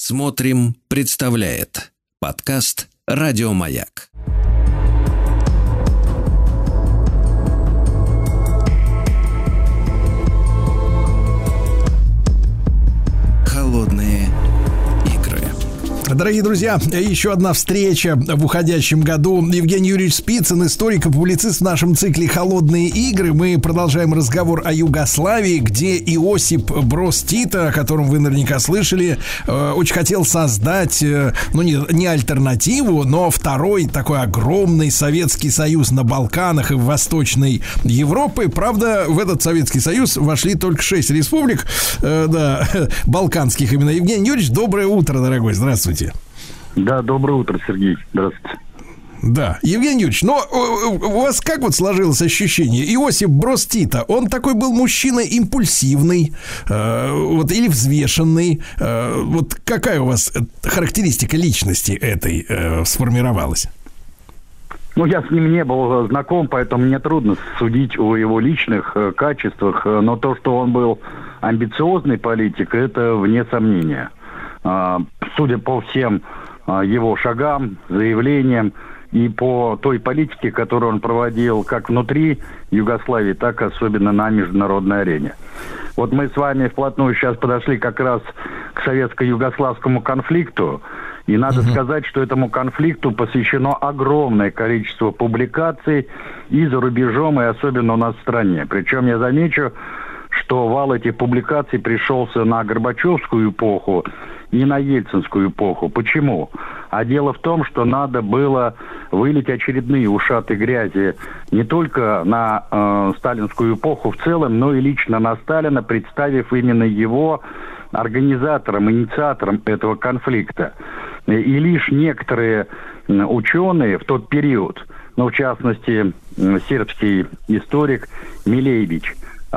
Смотрим, представляет подкаст «Радио Маяк». Холодные игры. Дорогие друзья, еще одна встреча в уходящем году. Евгений Юрьевич Спицын, историк и публицист в нашем цикле «Холодные игры». Мы продолжаем разговор о Югославии, где Иосип Броз Тито, о котором вы наверняка слышали, очень хотел создать, не альтернативу, но второй такой огромный Советский Союз на Балканах и в Восточной Европе. Правда, в этот Советский Союз вошли только 6 республик, балканских именно. Евгений Юрьевич, доброе утро, дорогой, здравствуйте. Да, доброе утро, Сергей. Здравствуйте. Да, Евгений Юрьевич, но у вас как вот сложилось ощущение? Иосип Броз Тито, он такой был мужчина импульсивный, или взвешенный. Вот какая у вас характеристика личности этой сформировалась? Я с ним не был знаком, поэтому мне трудно судить о его личных качествах, но то, что он был амбициозный политик, это вне сомнения. Судя по всем его шагам, заявлениям и по той политике, которую он проводил как внутри Югославии, так и особенно на международной арене. Вот мы с вами вплотную сейчас подошли как раз к советско-югославскому конфликту, и надо сказать, что этому конфликту посвящено огромное количество публикаций и за рубежом, и особенно у нас в стране. Причем я замечу, что вал этих публикаций пришелся на Горбачевскую эпоху и на Ельцинскую эпоху. Почему? А дело в том, что надо было вылить очередные ушаты грязи не только на сталинскую эпоху в целом, но и лично на Сталина, представив именно его организатором, инициатором этого конфликта. И лишь некоторые ученые в тот период, в частности, сербский историк Милеевич,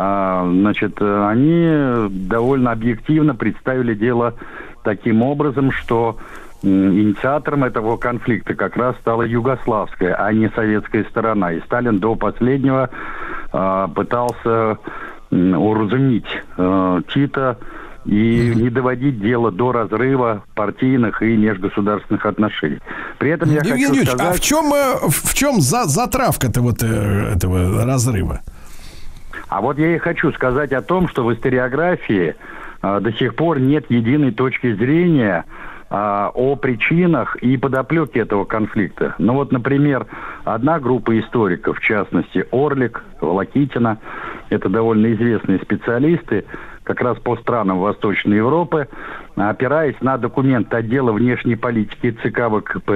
они довольно объективно представили дело таким образом, что инициатором этого конфликта как раз стала югославская, а не советская сторона. И Сталин до последнего пытался уразумить Тита и не доводить дело до разрыва партийных и межгосударственных отношений. При этом я Евгений хочу Юрьевич, сказать... а в чем затравка-то этого разрыва? А вот я и хочу сказать о том, что в историографии до сих пор нет единой точки зрения о причинах и подоплеке этого конфликта. Например, одна группа историков, в частности, Орлик, Волокитина, это довольно известные специалисты, как раз по странам Восточной Европы, опираясь на документы отдела внешней политики ЦК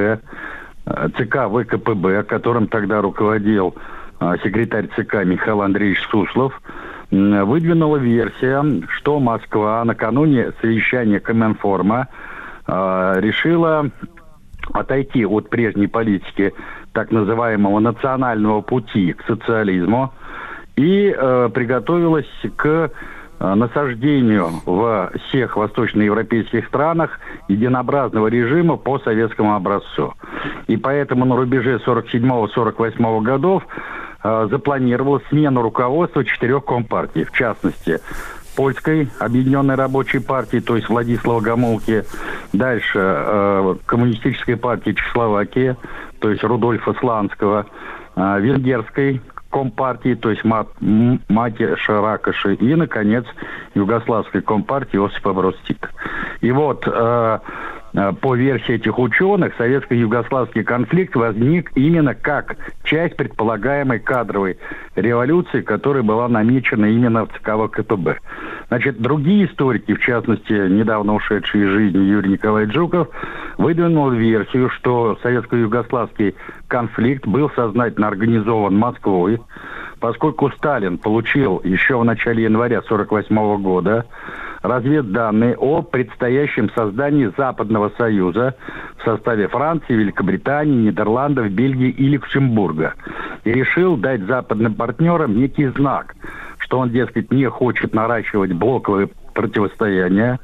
ВКПБ, которым тогда руководил секретарь ЦК Михаил Андреевич Суслов, выдвинула версия, что Москва накануне совещания Коминформа решила отойти от прежней политики так называемого национального пути к социализму и приготовилась к насаждению во всех восточноевропейских странах единообразного режима по советскому образцу. И поэтому на рубеже 47-48 годов запланировала смену руководства 4 компартий, в частности, Польской Объединенной Рабочей партии, то есть Владислава Гомулки, дальше Коммунистической партии Чехословакии, то есть Рудольфа Сланского, Венгерской Компартии, то есть Матиаша Ракоши, и, наконец, Югославской Компартии Иосипа Броз Тито. И вот, по версии этих ученых, советско-югославский конфликт возник именно как часть предполагаемой кадровой революции, которая была намечена именно в ЦК ВКПБ. Другие историки, в частности, недавно ушедший из жизни Юрий Николаевич Жуков, выдвинул версию, что советско-югославский конфликт был сознательно организован Москвой, поскольку Сталин получил еще в начале января 1948 года разведданные о предстоящем создании Западного Союза в составе Франции, Великобритании, Нидерландов, Бельгии и Люксембурга. И решил дать западным партнерам некий знак, что он, дескать, не хочет наращивать блоковые противостояния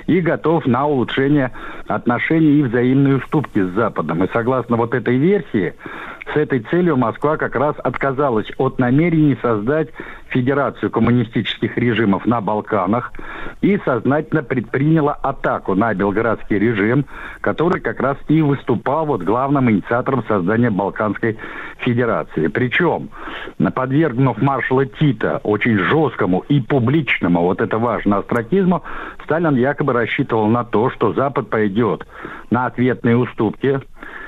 и готов на улучшение отношений и взаимные уступки с Западом. И согласно вот этой версии, с этой целью Москва как раз отказалась от намерений создать федерацию коммунистических режимов на Балканах и сознательно предприняла атаку на белградский режим, который как раз и выступал вот главным инициатором создания Балканской Федерации. Причем, подвергнув маршала Тита очень жесткому и публичному, вот это важно, остракизму, Сталин якобы рассчитывал на то, что Запад пойдет на ответные уступки,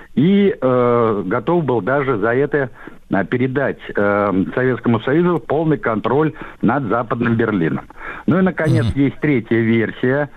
и готов был даже за это передать Советскому Союзу полный контроль над Западным Берлином. Ну и, наконец, есть третья версия.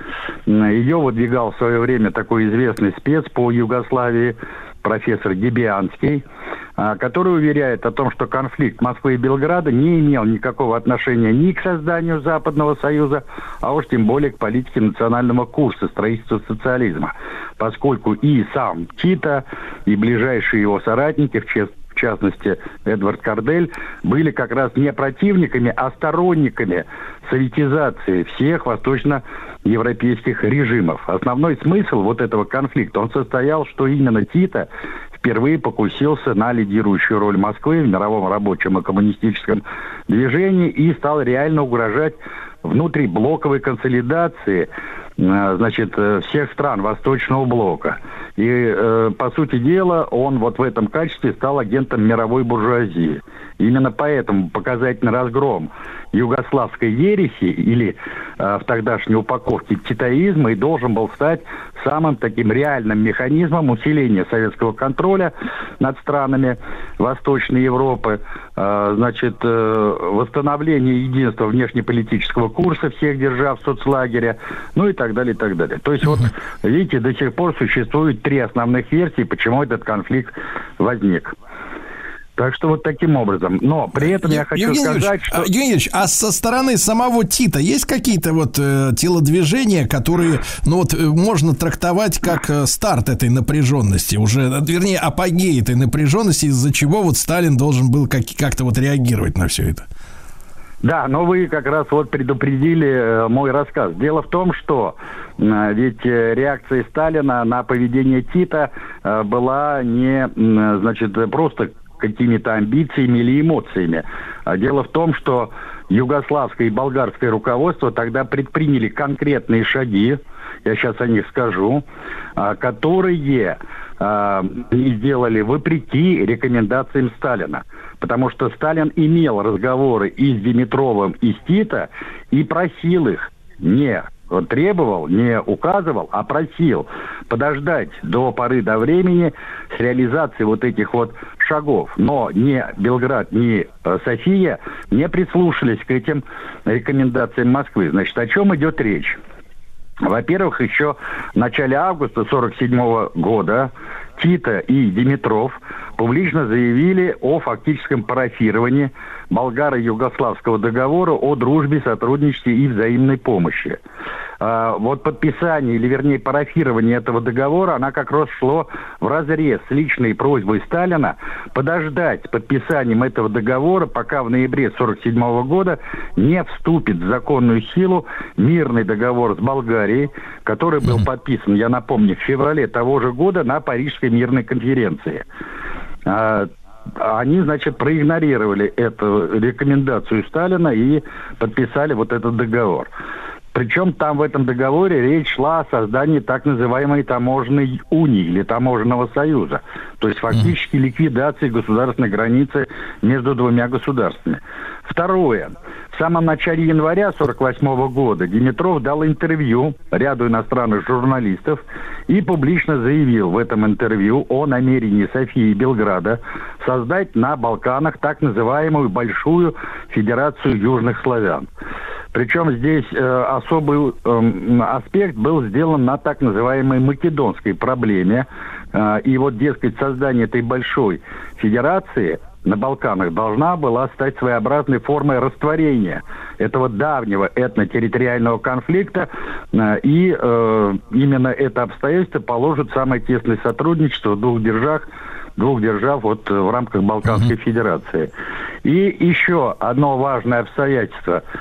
Ее выдвигал в свое время такой известный спец по Югославии, профессор Дебианский, который уверяет о том, что конфликт Москвы и Белграда не имел никакого отношения ни к созданию Западного Союза, а уж тем более к политике национального курса строительства социализма, поскольку и сам Тита, и ближайшие его соратники, в частности Эдвард Кордель, были как раз не противниками, а сторонниками советизации всех восточноевропейских режимов. Основной смысл вот этого конфликта, он состоял, что именно Тита впервые покусился на лидирующую роль Москвы в мировом рабочем и коммунистическом движении и стал реально угрожать внутриблоковой консолидации, значит, всех стран Восточного блока. И, по сути дела, он вот в этом качестве стал агентом мировой буржуазии. Именно поэтому показательный разгром югославской ереси или в тогдашней упаковке титаизма и должен был стать самым таким реальным механизмом усиления советского контроля над странами Восточной Европы, значит, восстановление единства внешнеполитического курса всех держав соцлагеря, ну и так далее, и так далее. То есть вот, видите, до сих пор существует три основных версии, почему этот конфликт возник. Так что вот таким образом. Но при этом я хочу сказать, что... Евгений Ильич, а со стороны самого Тита есть какие-то вот телодвижения, которые, ну вот, можно трактовать как старт этой напряженности, уже, вернее, апогей этой напряженности, из-за чего вот Сталин должен был как-то вот реагировать на все это? Да, но вы как раз вот предупредили мой рассказ. Дело в том, что ведь реакция Сталина на поведение Тита была не, значит, просто какими-то амбициями или эмоциями. Дело в том, что югославское и болгарское руководство тогда предприняли конкретные шаги, я сейчас о них скажу, которые сделали вопреки рекомендациям Сталина. Потому что Сталин имел разговоры и с Димитровым, и с Тито, и просил их, не требовал, не указывал, а просил подождать до поры до времени с реализацией вот этих вот шагов. Но ни Белград, ни София не прислушались к этим рекомендациям Москвы. Значит, о чем идет речь? Во-первых, еще в начале августа 1947 года Тито и Димитров публично заявили о фактическом парафировании болгаро-югославского договора о дружбе, сотрудничестве и взаимной помощи. Вот подписание, или вернее парафирование этого договора, она как раз шло вразрез с личной просьбой Сталина подождать с подписанием этого договора, пока в ноябре 1947 года не вступит в законную силу мирный договор с Болгарией, который был подписан, я напомню, в феврале того же года на Парижской мирной конференции. Они, значит, проигнорировали эту рекомендацию Сталина и подписали вот этот договор. Причем там в этом договоре речь шла о создании так называемой таможенной унии или таможенного союза. То есть фактически ликвидации государственной границы между двумя государствами. Второе. В самом начале января 1948 года Димитров дал интервью ряду иностранных журналистов и публично заявил в этом интервью о намерении Софии и Белграда создать на Балканах так называемую Большую Федерацию Южных Славян. Причем здесь особый аспект был сделан на так называемой македонской проблеме. И вот, дескать, создание этой большой федерации на Балканах должна была стать своеобразной формой растворения этого давнего этнотерриториального конфликта. И именно это обстоятельство положит самое тесное сотрудничество двух держав вот в рамках Балканской Федерации. И еще одно важное обстоятельство.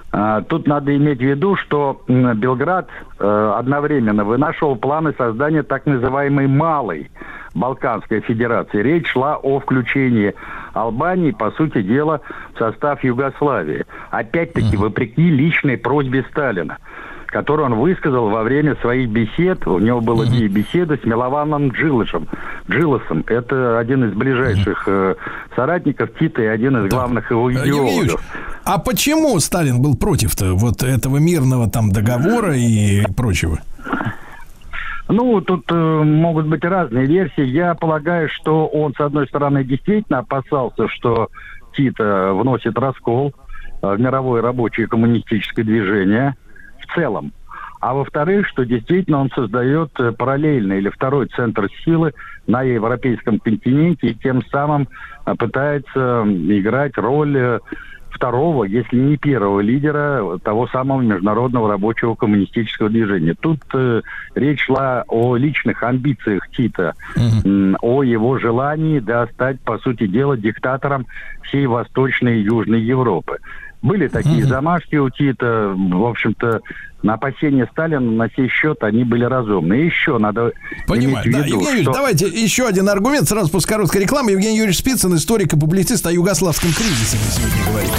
Тут надо иметь в виду, что Белград одновременно вынашивал планы создания так называемой малой Балканской Федерации. Речь шла о включении Албании, по сути дела, в состав Югославии. Опять-таки, вопреки личной просьбе Сталина, которую он высказал во время своих бесед. У него было две беседы с Милованом Джилосом. Это один из ближайших соратников Тита и один из главных его идеологов. А почему Сталин был против-то вот этого мирного там договора и прочего? Ну, тут могут быть разные версии. Я полагаю, что он, с одной стороны, действительно опасался, что Тита вносит раскол в мировое рабочее коммунистическое движение в целом. А во-вторых, что действительно он создает параллельный или второй центр силы на европейском континенте и тем самым пытается играть роль второго, если не первого лидера того самого международного рабочего коммунистического движения. Тут речь шла о личных амбициях Тита, о его желании стать, по сути дела, диктатором всей Восточной и Южной Европы. Были такие замашки у Тита, в общем-то, на опасения Сталина на сей счет они были разумны. И еще надо иметь в виду, Евгений Юрьевич, давайте еще один аргумент сразу после короткой рекламы. Евгений Юрьевич Спицын, историк и публицист, о югославском кризисе мы сегодня говорим.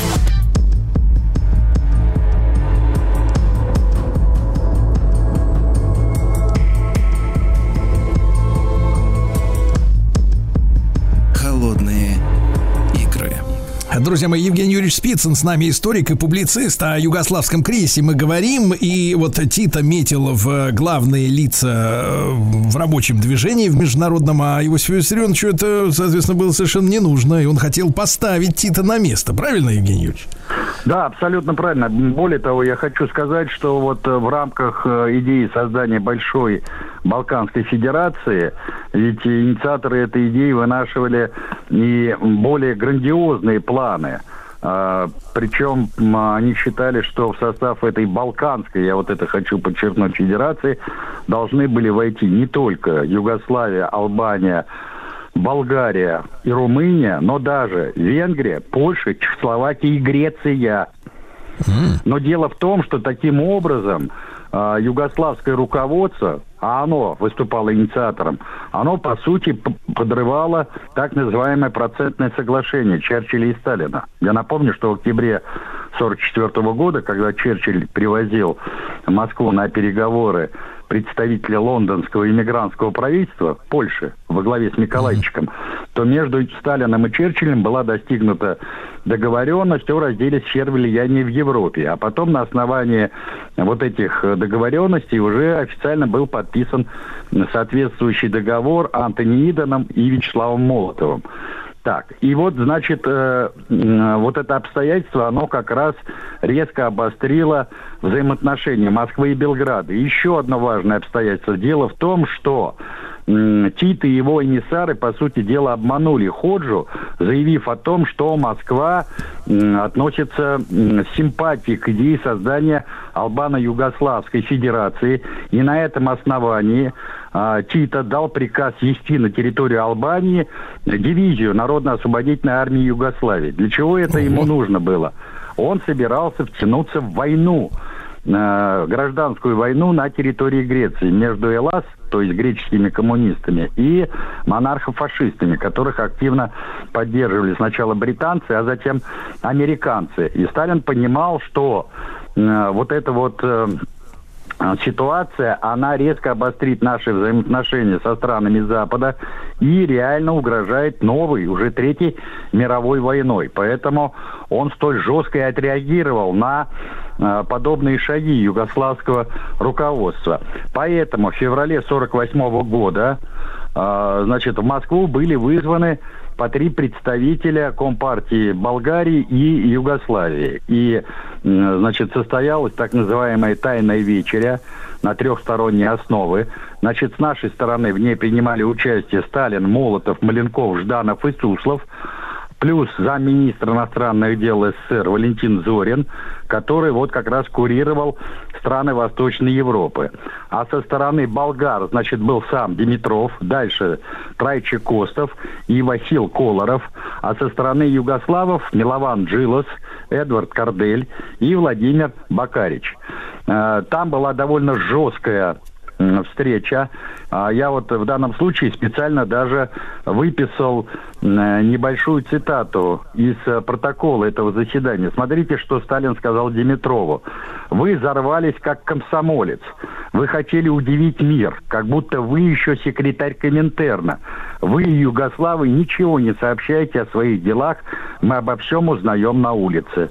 Холодные игры. Друзья мои, Евгений Юрьевич Спицын с нами, историк и публицист. О югославском кризисе мы говорим. И вот Тита метил в главные лица в рабочем движении, в международном, а Иосифу Виссарионовичу это, соответственно, было совершенно не нужно. И он хотел поставить Тита на место. Правильно, Евгений Юрьевич? Да, абсолютно правильно. Более того, я хочу сказать, что вот в рамках идеи создания большой Балканской Федерации, ведь инициаторы этой идеи вынашивали и более грандиозные планы. Причем они считали, что в состав этой Балканской, я вот это хочу подчеркнуть, федерации, должны были войти не только Югославия, Албания, Болгария и Румыния, но даже Венгрия, Польша, Чехословакия и Греция. Но дело в том, что таким образом югославское руководство, а оно выступало инициатором, оно, по сути, подрывало так называемое процентное соглашение Черчилля и Сталина. Я напомню, что в октябре 1944 года, когда Черчилль привозил в Москву на переговоры представителя лондонского иммигрантского правительства Польши во главе с Миколайчиком, то между Сталином и Черчиллем была достигнута договоренность о разделе сфер влияния в Европе. А потом на основании вот этих договоренностей уже официально был подписан соответствующий договор Антони Иденом и Вячеславом Молотовым. Так, и вот, значит, вот это обстоятельство, оно как раз резко обострило взаимоотношения Москвы и Белграда. И еще одно важное обстоятельство. Дело в том, что Тит и его эмиссары, по сути дела, обманули Ходжу, заявив о том, что Москва относится с симпатией к идее создания Албано-Югославской Федерации. И на этом основании Тита дал приказ ввести на территорию Албании дивизию Народно-освободительной армии Югославии. Для чего это ему нужно было? Он собирался втянуться в войну, гражданскую войну на территории Греции между ЭЛАС, то есть греческими коммунистами, и монархофашистами, которых активно поддерживали сначала британцы, а затем американцы. И Сталин понимал, что вот эта вот ситуация, она резко обострит наши взаимоотношения со странами Запада и реально угрожает новой, уже третьей мировой войной. Поэтому он столь жестко и отреагировал на подобные шаги югославского руководства. Поэтому в феврале 1948 года, значит, в Москву были вызваны по 3 представителя Компартии Болгарии и Югославии. И, значит, состоялась так называемая тайная вечеря на 3-сторонней основе. Значит, с нашей стороны в ней принимали участие Сталин, Молотов, Маленков, Жданов и Суслов, плюс замминистра иностранных дел СССР Валентин Зорин, который вот как раз курировал страны Восточной Европы. А со стороны болгар, значит, был сам Димитров, дальше Трайче Костов и Васил Колоров. А со стороны югославов Милован Джилос, Эдвард Кордель и Владимир Бакарич. Там была довольно жесткая встреча. Я вот в данном случае специально даже выписал небольшую цитату из протокола этого заседания. Смотрите, что Сталин сказал Димитрову. «Вы взорвались как комсомолец. Вы хотели удивить мир, как будто вы еще секретарь Коминтерна. Вы, югославы, ничего не сообщаете о своих делах. Мы обо всем узнаем на улице».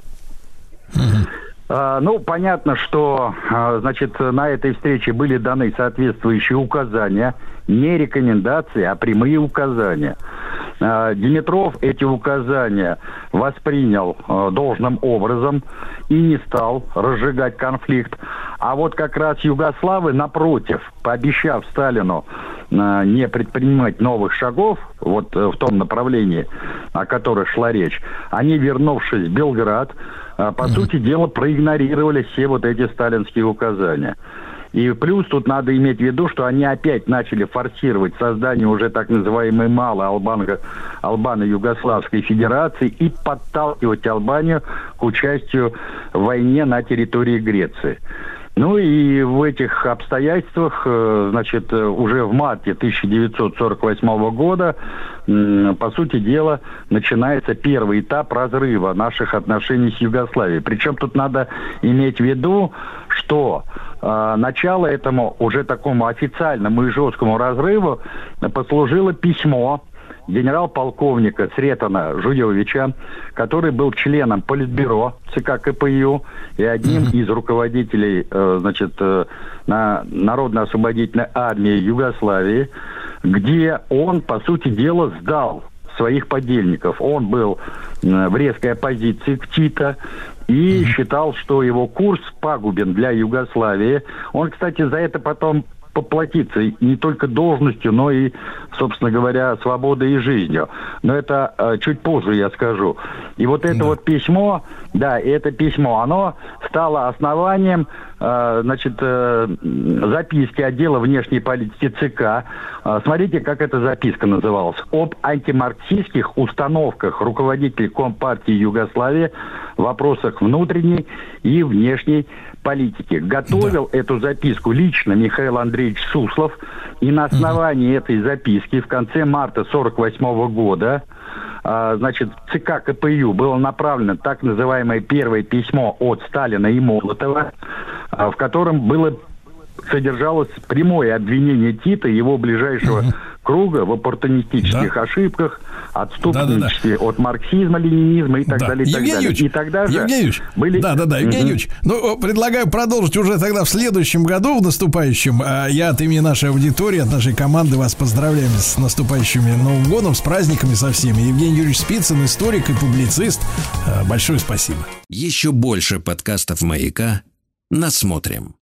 Ну, понятно, что, значит, на этой встрече были даны соответствующие указания, не рекомендации, а прямые указания. Димитров эти указания воспринял должным образом и не стал разжигать конфликт. А вот как раз югославы, напротив, пообещав Сталину не предпринимать новых шагов вот в том направлении, о которых шла речь, они, вернувшись в Белград, по сути дела, проигнорировали все вот эти сталинские указания. И плюс тут надо иметь в виду, что они опять начали форсировать создание уже так называемой малой Албано-Югославской Федерации и подталкивать Албанию к участию в войне на территории Греции. Ну и в этих обстоятельствах, значит, уже в марте 1948 года, по сути дела, начинается первый этап разрыва наших отношений с Югославией. Причем тут надо иметь в виду, что начало этому уже такому официальному и жесткому разрыву послужило письмо генерал-полковника Сретена Жуевича, который был членом Политбюро ЦК КПЮ и одним из руководителей, значит, Народно-освободительной армии Югославии, где он, по сути дела, сдал своих подельников. Он был в резкой оппозиции к Тито и считал, что его курс пагубен для Югославии. Он, кстати, за это потом поплатиться не только должностью, но и, собственно говоря, свободой и жизнью. Но это чуть позже я скажу. И вот это вот письмо, да, это письмо, оно стало основанием, значит, записки отдела внешней политики ЦК. Смотрите, как эта записка называлась. Об антимарксистских установках руководителей Компартии Югославии в вопросах внутренней и внешней политики. Готовил эту записку лично Михаил Андреевич Суслов, и на основании этой записки в конце марта 1948 года, значит, ЦК КПЮ было направлено так называемое первое письмо от Сталина и Молотова, в котором содержалось прямое обвинение Тита и его ближайшего круга в оппортунистических ошибках, отступничестве от марксизма, ленинизма и так далее. Евгений Юрьевич, и тогда же Евгений Юрьевич, Евгений Юрьевич, ну, предлагаю продолжить уже тогда в следующем году, в наступающем. Я от имени нашей аудитории, от нашей команды вас поздравляем с наступающим Новым годом, с праздниками со всеми. Евгений Юрьевич Спицын, историк и публицист. Большое спасибо. Еще больше подкастов «Маяка» насмотрим.